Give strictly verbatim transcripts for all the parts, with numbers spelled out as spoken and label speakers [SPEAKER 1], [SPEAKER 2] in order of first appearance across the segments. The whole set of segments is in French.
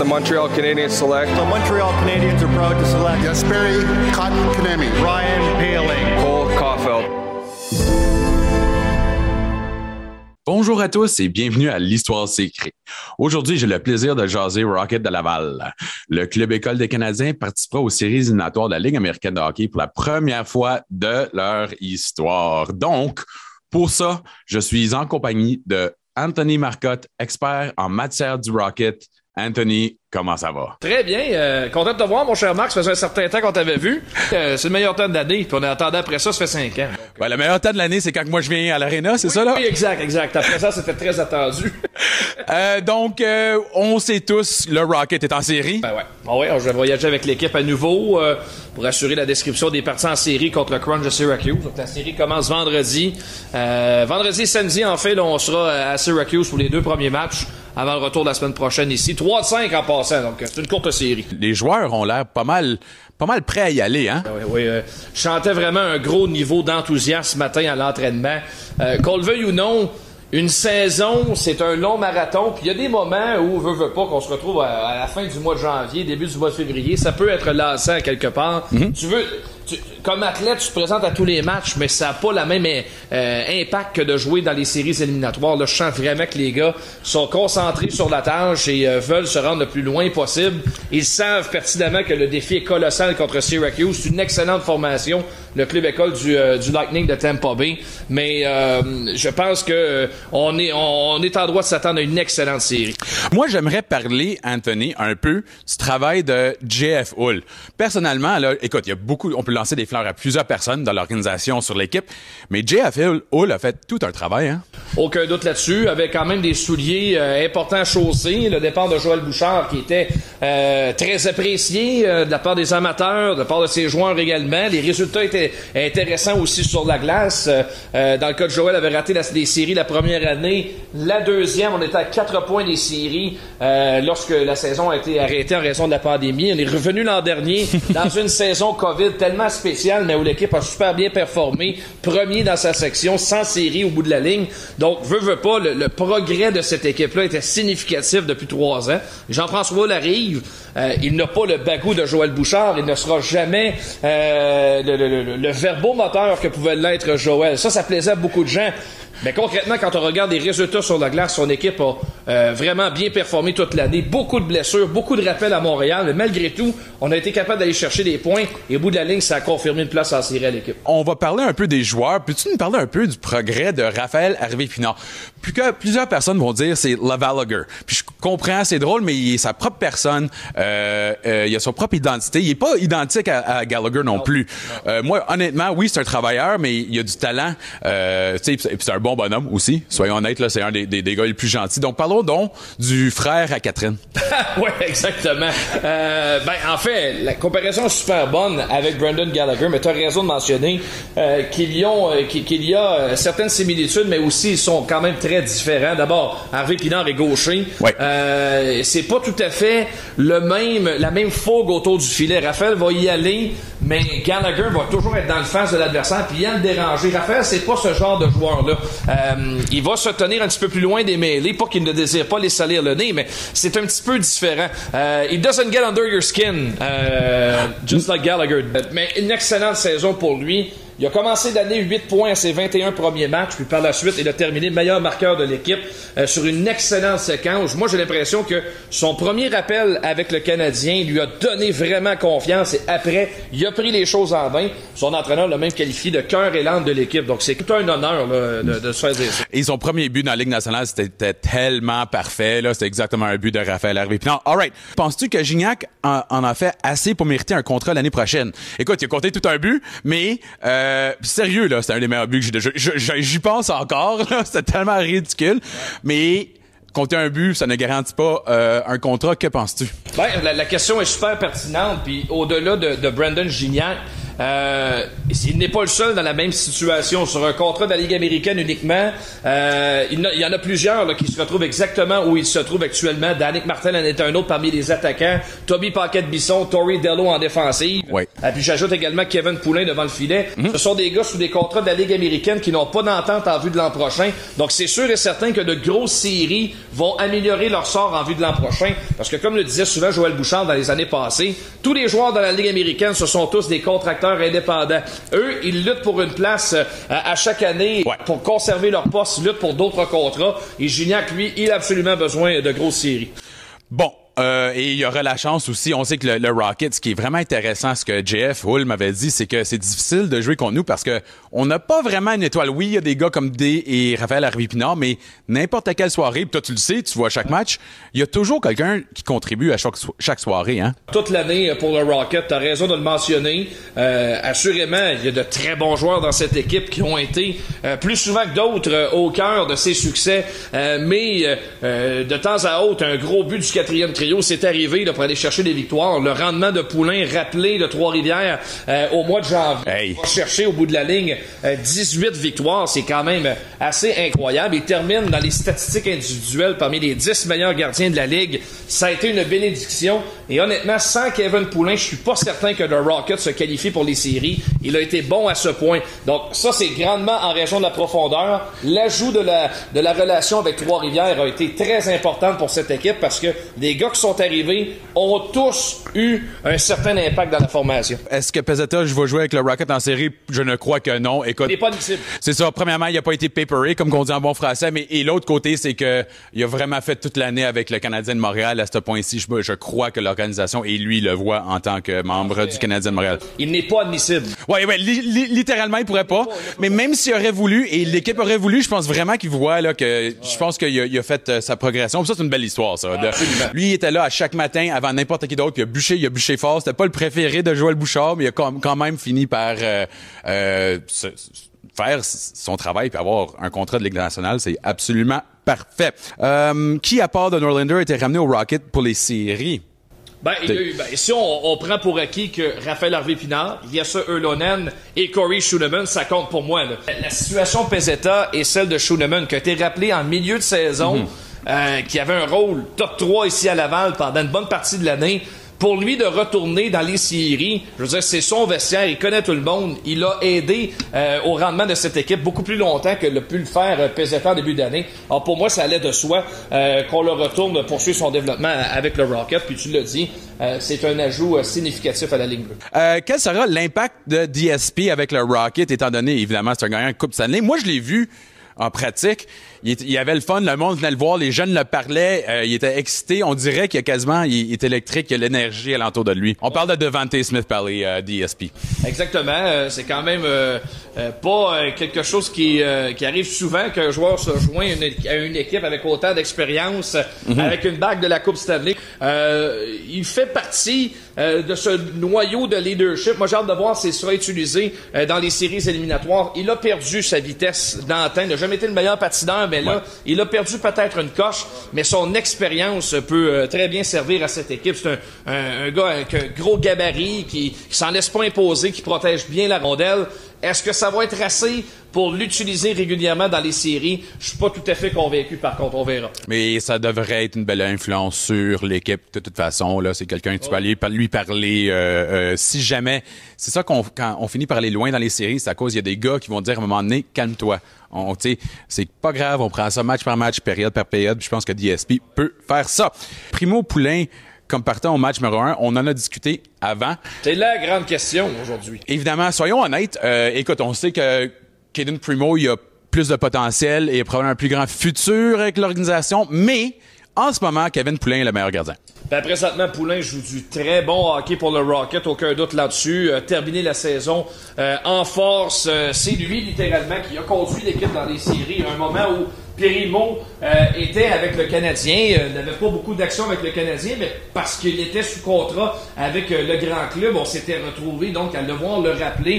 [SPEAKER 1] the Montreal Canadiens select.
[SPEAKER 2] The Montreal Canadiens are proud to select
[SPEAKER 3] Jesperi Kotkaniemi,
[SPEAKER 2] Ryan Poehling,
[SPEAKER 1] Cole Caulfield.
[SPEAKER 4] Bonjour à tous et bienvenue à l'Histoire Secret. Aujourd'hui, j'ai le plaisir de jaser Rocket de Laval. Le club école des Canadiens participera aux séries éliminatoires de la Ligue américaine de hockey pour la première fois de leur histoire. Donc, pour ça, je suis en compagnie de Anthony Marcotte, expert en matière du Rocket. Anthony, comment ça va?
[SPEAKER 5] Très bien. Euh, content de te voir, mon cher Marc. Ça faisait un certain temps qu'on t'avait vu. Euh, c'est le meilleur temps de l'année. Puis on attendait après ça, ça fait cinq ans. Donc,
[SPEAKER 4] ouais, le meilleur temps de l'année, c'est quand moi je viens à l'Arena, c'est
[SPEAKER 5] oui,
[SPEAKER 4] ça, là?
[SPEAKER 5] Oui, exact, exact. Après ça, c'était très attendu.
[SPEAKER 4] euh, donc, euh, on sait tous, le Rocket est en série.
[SPEAKER 5] Ben ouais. Bon, ouais, je vais voyager avec l'équipe à nouveau euh, pour assurer la description des parties en série contre le Crunch de Syracuse. Donc, la série commence vendredi. Euh, vendredi et samedi, en fait, là, on sera à Syracuse pour les deux premiers matchs avant le retour de la semaine prochaine ici. trois de cinq en passant, donc c'est une courte série.
[SPEAKER 4] Les joueurs ont l'air pas mal pas mal prêts à y aller, hein?
[SPEAKER 5] Oui, oui. Euh, je sentais vraiment un gros niveau d'enthousiasme ce matin à l'entraînement. Euh, qu'on le veuille ou non, une saison, c'est un long marathon, puis il y a des moments où, veut, veut pas, qu'on se retrouve à, à la fin du mois de janvier, début du mois de février, ça peut être lassant quelque part. Mm-hmm. Tu veux... Tu, comme athlète, tu te présentes à tous les matchs, mais ça n'a pas le même euh, impact que de jouer dans les séries éliminatoires. Là, je sens vraiment que les gars sont concentrés sur la tâche et euh, veulent se rendre le plus loin possible. Ils savent pertinemment que le défi est colossal contre Syracuse. C'est une excellente formation, le club école du, euh, du Lightning de Tampa Bay. Mais euh, je pense que euh, on est on, on est en droit de s'attendre à une excellente série.
[SPEAKER 4] Moi, j'aimerais parler, Anthony, un peu du travail de J F Hull. Personnellement, là, écoute, il y a beaucoup, on peut lancer des fleurs à plusieurs personnes dans l'organisation sur l'équipe, mais J F Hull a fait tout un travail, hein?
[SPEAKER 5] Aucun doute là-dessus, avec quand même des souliers euh, importants à chausser. Le départ de Joël Bouchard qui était euh, très apprécié euh, de la part des amateurs, de la part de ses joueurs également. Les résultats étaient intéressants aussi sur la glace. Euh, dans le cas de Joël, avait raté la, les séries la première année. La deuxième, on était à quatre points des séries euh, lorsque la saison a été arrêtée en raison de la pandémie. On est revenu l'an dernier dans une saison COVID tellement spéciale, mais où l'équipe a super bien performé. Premier dans sa section, sans série au bout de la ligne. Donc, veut, veut pas, le, le progrès de cette équipe-là était significatif depuis trois ans. Jean-François Hull arrive, euh, il n'a pas le bagou de Joël Bouchard, il ne sera jamais euh, le, le, le, le verbomoteur que pouvait l'être Joël. Ça, ça plaisait à beaucoup de gens. Mais concrètement, quand on regarde les résultats sur la glace, son équipe a euh, vraiment bien performé toute l'année. Beaucoup de blessures, beaucoup de rappels à Montréal. Mais malgré tout, on a été capable d'aller chercher des points. Et au bout de la ligne, ça a confirmé une place en série à l'équipe.
[SPEAKER 4] On va parler un peu des joueurs. Peux-tu nous parler un peu du progrès de Raphaël Harvey-Pinard? Plus que plusieurs personnes vont dire c'est Lavaliger. Puis je comprends, c'est drôle, mais il est sa propre personne. Euh, euh, il a son propre identité. Il est pas identique à, à Gallagher non, non plus. Non. Euh, moi, honnêtement, oui, c'est un travailleur, mais il a du talent. Euh, tu sais, c'est un bon bonhomme aussi. Soyons honnêtes, là, c'est un des, des, des gars les plus gentils. Donc, parlons donc du frère à Catherine.
[SPEAKER 5] Oui, exactement. Euh, ben, en fait, la comparaison est super bonne avec Brendan Gallagher, mais tu as raison de mentionner euh, qu'il y, ont, euh, qu'il y a euh, certaines similitudes, mais aussi ils sont quand même très différents. D'abord, Harvey-Pinard est gaucher.
[SPEAKER 4] Ouais.
[SPEAKER 5] Euh, c'est pas tout à fait le même, la même fougue autour du filet. Raphaël va y aller, mais Gallagher va toujours être dans le face de l'adversaire, puis il a le déranger. Raphaël, c'est pas ce genre de joueur-là. Euh, il va se tenir un petit peu plus loin des mêlées, pas qu'il ne désire pas les salir le nez, mais c'est un petit peu différent. Euh, it doesn't get under your skin, euh, just like Gallagher. Mais une excellente saison pour lui. Il a commencé l'année huit points à ses vingt et un premiers matchs, puis par la suite, il a terminé meilleur marqueur de l'équipe euh, sur une excellente séquence. Moi, j'ai l'impression que son premier appel avec le Canadien lui a donné vraiment confiance et après, il a pris les choses en main. Son entraîneur l'a même qualifié de cœur et l'âme de l'équipe. Donc, c'est tout un honneur là, de, de se faire dire ça.
[SPEAKER 4] Et son premier but dans la Ligue nationale, c'était tellement parfait. Là, c'était exactement un but de Raphaël Harvey-Pinard. All right. Penses-tu que Gignac en, en a fait assez pour mériter un contrat l'année prochaine? Écoute, il a compté tout un but, mais... Euh, Euh, sérieux, là, c'est un des meilleurs buts que j'ai déjà... J'y pense encore, là, c'était tellement ridicule. Mais compter un but, ça ne garantit pas euh, un contrat. Que penses-tu?
[SPEAKER 5] Ben, la, la question est super pertinente. Puis au-delà de, de Brandon Gignac, Euh, il n'est pas le seul dans la même situation. Sur un contrat de la Ligue américaine uniquement, euh, il, il y en a plusieurs là, qui se retrouvent exactement où il se trouve actuellement. Danick Martin en est un autre parmi les attaquants. Toby Paquette-Bisson, Torrey Dello en défensive.
[SPEAKER 4] Oui.
[SPEAKER 5] Et puis j'ajoute également Kevin Poulin devant le filet. Mm-hmm. Ce sont des gars sous des contrats de la Ligue américaine qui n'ont pas d'entente en vue de l'an prochain. Donc c'est sûr et certain que de grosses séries vont améliorer leur sort en vue de l'an prochain. Parce que comme le disait souvent Joël Bouchard dans les années passées, tous les joueurs de la Ligue américaine, ce sont tous des contracteurs indépendants. Eux, ils luttent pour une place euh, à chaque année
[SPEAKER 4] ouais.
[SPEAKER 5] pour conserver leur poste, ils luttent pour d'autres contrats. Et Gignac, lui, il a absolument besoin de grosses séries.
[SPEAKER 4] Bon. Euh, et il y aura la chance aussi, on sait que le, le Rocket, ce qui est vraiment intéressant, ce que J F Hull m'avait dit, c'est que c'est difficile de jouer contre nous parce que on n'a pas vraiment une étoile. Oui, il y a des gars comme D et Raphaël Harvey-Pinard, mais n'importe quelle soirée, pis toi tu le sais, tu vois chaque match, il y a toujours quelqu'un qui contribue à chaque, so- chaque soirée. Hein?
[SPEAKER 5] Toute l'année pour le Rocket, t'as raison de le mentionner. Euh, assurément, il y a de très bons joueurs dans cette équipe qui ont été euh, plus souvent que d'autres euh, au cœur de ses succès. Euh, mais euh, de temps à autre, un gros but du quatrième trio, c'est arrivé là, pour aller chercher des victoires. Le rendement de Poulin rappelé de Trois-Rivières euh, au mois de janvier.
[SPEAKER 4] Hey.
[SPEAKER 5] On va chercher au bout de la ligne euh, dix-huit victoires. C'est quand même assez incroyable. Il termine dans les statistiques individuelles parmi les dix meilleurs gardiens de la Ligue. Ça a été une bénédiction. Et honnêtement, sans Kevin Poulin, je suis pas certain que le Rocket se qualifie pour les séries. Il a été bon à ce point. Donc ça, c'est grandement en raison de la profondeur. L'ajout de la, de la relation avec Trois-Rivières a été très important pour cette équipe parce que les gars qui sont arrivés ont tous eu un certain impact dans la formation.
[SPEAKER 4] Est-ce que Pezzetta, je vais jouer avec le Rocket en série? Je ne crois que non. Écoute,
[SPEAKER 5] il n'est pas admissible.
[SPEAKER 4] C'est ça. Premièrement, il n'a pas été paperé, comme on dit en bon français, mais et l'autre côté, c'est que il a vraiment fait toute l'année avec le Canadien de Montréal. À ce point-ci, je, je crois que l'organisation et lui le voit en tant que membre ah, du Canadien de Montréal.
[SPEAKER 5] Il n'est pas admissible.
[SPEAKER 4] Oui, oui, li- li- littéralement, il pourrait pas. Mais même s'il aurait voulu, et l'équipe aurait voulu, je pense vraiment qu'il voit là que ouais. je pense qu'il a, il a fait euh, sa progression. Puis ça, c'est une belle histoire, ça. De, lui, il était là à chaque matin avant n'importe qui d'autre. Puis il a bûché, il a bûché fort. C'était pas le préféré de Joël Bouchard, mais il a quand même fini par euh, euh, se, faire son travail puis avoir un contrat de Ligue nationale. C'est absolument parfait. Euh, qui, à part de Norlander, a été ramené au Rocket pour les séries?
[SPEAKER 5] Ben, il y a eu, ben, si on, on prend pour acquis que Raphaël Harvey-Pinard, Jesse Yrlonen et Corey Schooneman, ça compte pour moi. Là. La situation Pezzetta est celle de Schooneman, qui a été rappelé en milieu de saison, mm-hmm. euh, qui avait un rôle top trois ici à Laval pendant une bonne partie de l'année. Pour lui de retourner dans les séries, je veux dire, c'est son vestiaire, il connaît tout le monde, il a aidé euh, au rendement de cette équipe beaucoup plus longtemps que l'a pu le faire euh, Pezzetta en début d'année. Alors pour moi, ça allait de soi euh, qu'on le retourne poursuivre son développement avec le Rocket, puis tu l'as dit, euh, c'est un ajout euh, significatif à la Ligue bleue.
[SPEAKER 4] Euh, quel sera l'impact de D S P avec le Rocket, étant donné, évidemment, c'est un gagnant de Coupe Stanley? Moi, je l'ai vu en pratique. Il, il y avait le fun, le monde venait le voir, les jeunes le parlaient, euh, il était excité. On dirait qu'il y a quasiment, il, il est électrique, il y a l'énergie alentour de lui. On parle de Devante Smith par les euh, D S P.
[SPEAKER 5] Exactement. Euh, c'est quand même euh, euh, pas euh, quelque chose qui, euh, qui arrive souvent qu'un joueur se joint une, à une équipe avec autant d'expérience, mm-hmm. avec une bague de la Coupe Stanley. Euh, il fait partie euh, de ce noyau de leadership. Moi, j'ai hâte de voir s'il sera utilisé euh, dans les séries éliminatoires. Il a perdu sa vitesse d'antenne. Il n'a jamais été le meilleur patineur, mais là, ouais. il a perdu peut-être une coche, mais son expérience peut euh, très bien servir à cette équipe. C'est un, un, un gars avec un gros gabarit qui, qui s'en laisse pas imposer, qui protège bien la rondelle. Est-ce que ça va être assez pour l'utiliser régulièrement dans les séries? Je suis pas tout à fait convaincu, par contre, on verra.
[SPEAKER 4] Mais ça devrait être une belle influence sur l'équipe, de toute façon. Là, c'est quelqu'un que tu oh. peux aller lui parler. Euh, euh, si jamais, c'est ça qu'on quand on finit par aller loin dans les séries, c'est à cause il y a des gars qui vont dire à un moment donné, calme-toi. On, tu sais, c'est pas grave, on prend ça match par match, période par période. Puis je pense que D S P peut faire ça. Primo Poulin, comme partant au match numéro un, on en a discuté avant.
[SPEAKER 5] C'est la grande question aujourd'hui.
[SPEAKER 4] Évidemment, soyons honnêtes. Euh, écoute, on sait que Cayden Primo, il a plus de potentiel et probablement un plus grand futur avec l'organisation, mais en ce moment, Kevin Poulin est le meilleur gardien.
[SPEAKER 5] Ben, présentement, Poulin joue du très bon hockey pour le Rocket, aucun doute là-dessus. Euh, terminer la saison euh, en force, euh, c'est lui littéralement qui a conduit l'équipe dans les séries à un moment où Pierre-Yves euh, était avec le Canadien, euh, n'avait pas beaucoup d'action avec le Canadien, mais parce qu'il était sous contrat avec euh, le grand club, on s'était retrouvé donc à devoir le rappeler. Je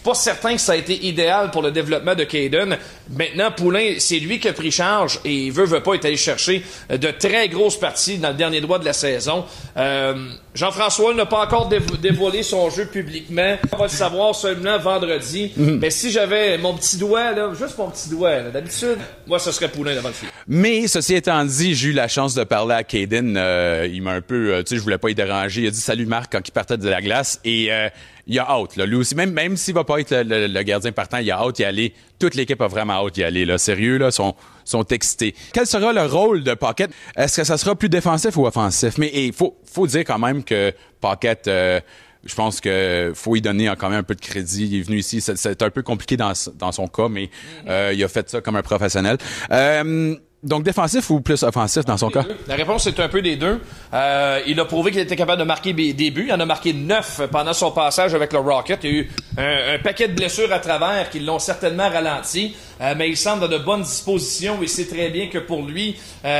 [SPEAKER 5] pas certain que ça a été idéal pour le développement de Caden. Maintenant, Poulain, c'est lui qui a pris charge et il veut, veut pas être allé chercher de très grosses parties dans le dernier droit de la saison. Euh, Jean-François n'a pas encore dévo- dévoilé son jeu publiquement. On va le savoir seulement vendredi. Mm-hmm. Mais si j'avais mon petit doigt, là, juste mon petit doigt, là, d'habitude, moi, ce serait Poulain devant le filet.
[SPEAKER 4] Mais, ceci étant dit, j'ai eu la chance de parler à Caden. Euh, il m'a un peu, euh, tu sais, je voulais pas y déranger. Il a dit salut Marc quand il partait de la glace et euh, il a hâte, là. Lui aussi, même, même s'il va pas être le, le, le gardien partant, il a hâte d'y aller. Toute l'équipe a vraiment hâte d'y aller, là. Sérieux, là, sont, sont excités. Quel sera le rôle de Puckett? Est-ce que ça sera plus défensif ou offensif? Mais, il faut, faut dire quand même que Puckett, euh, je pense que faut y donner quand même un peu de crédit. Il est venu ici, c'est, c'est un peu compliqué dans, dans son cas, mais euh, il a fait ça comme un professionnel. Euh, Donc, défensif ou plus offensif dans son cas?
[SPEAKER 5] La réponse, c'est un peu des deux. Euh, il a prouvé qu'il était capable de marquer des buts. Il en a marqué neuf pendant son passage avec le Rocket. Il y a eu un, un paquet de blessures à travers qui l'ont certainement ralenti. Euh, mais il semble dans de bonnes dispositions et sait très bien que pour lui,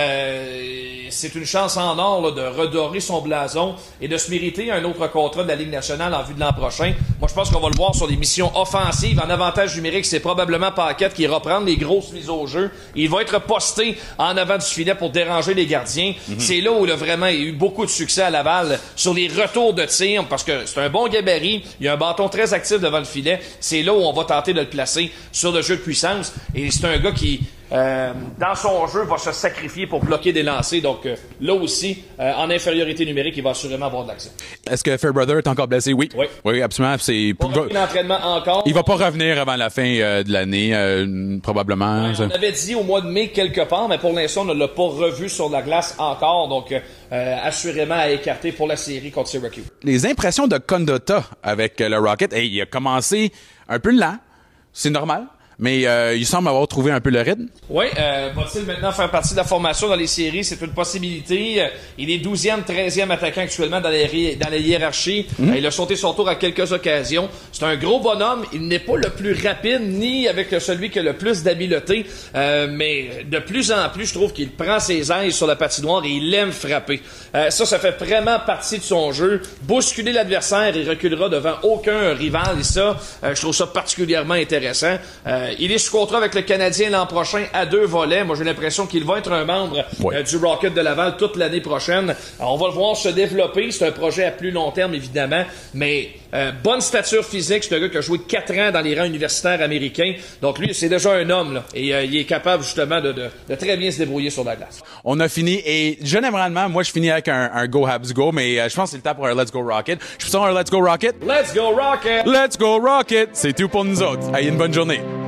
[SPEAKER 5] euh, c'est une chance en or là, de redorer son blason et de se mériter un autre contrat de la Ligue nationale en vue de l'an prochain. Moi, je pense qu'on va le voir sur les missions offensives. En avantage numérique, c'est probablement Puckett qui ira prendre les grosses mises au jeu. Il va être posté en avant du filet pour déranger les gardiens. Mm-hmm. C'est là où il a vraiment eu beaucoup de succès à Laval sur les retours de tir parce que c'est un bon gabarit. Il a un bâton très actif devant le filet. C'est là où on va tenter de le placer sur le jeu de puissance. Et c'est un gars qui, euh, dans son jeu, va se sacrifier pour bloquer des lancers. Donc euh, là aussi, euh, en infériorité numérique, il va assurément avoir de l'action.
[SPEAKER 4] Est-ce que Fairbrother est encore blessé? Oui.
[SPEAKER 5] Oui.
[SPEAKER 4] Oui, absolument. C'est
[SPEAKER 5] pas repris l'entraînement encore.
[SPEAKER 4] Il va pas revenir avant la fin euh, de l'année, euh, probablement.
[SPEAKER 5] Ouais, on avait dit au mois de mai quelque part, mais pour l'instant, on ne l'a pas revu sur la glace encore. Donc, euh, assurément à écarter pour la série contre Syracuse.
[SPEAKER 4] Les impressions de Condotta avec euh, le Rocket, hey, il a commencé un peu lent. C'est normal. Mais euh, il semble avoir trouvé un peu le rythme.
[SPEAKER 5] Oui, euh, va-t-il maintenant faire partie de la formation dans les séries? C'est une possibilité. Il est douzième, treizième attaquant actuellement dans la, dans la hiérarchie. Mm-hmm. Il a sauté son tour à quelques occasions. C'est un gros bonhomme. Il n'est pas le plus rapide, ni avec celui qui a le plus d'habileté. Euh, mais de plus en plus, je trouve qu'il prend ses aises sur la patinoire et il aime frapper. Euh, ça, ça fait vraiment partie de son jeu. Bousculer l'adversaire, il reculera devant aucun rival. Et ça, euh, je trouve ça particulièrement intéressant. Euh, Il est sous contrat avec le Canadien l'an prochain à deux volets. Moi, j'ai l'impression qu'il va être un membre
[SPEAKER 4] ouais.
[SPEAKER 5] euh, du Rocket de Laval toute l'année prochaine. Alors, on va le voir se développer. C'est un projet à plus long terme, évidemment. Mais euh, bonne stature physique. C'est un gars qui a joué quatre ans dans les rangs universitaires américains. Donc, lui, c'est déjà un homme. Là, et euh, il est capable, justement, de, de, de très bien se débrouiller sur la glace.
[SPEAKER 4] On a fini. Et généralement, moi, je finis avec un, un Go Habs Go. Mais euh, je pense que c'est le temps pour un Let's Go Rocket. Je peux faire un Let's Go Rocket?
[SPEAKER 5] Let's go Rocket!
[SPEAKER 4] Let's Go Rocket! C'est tout pour nous autres. Ayez une bonne journée.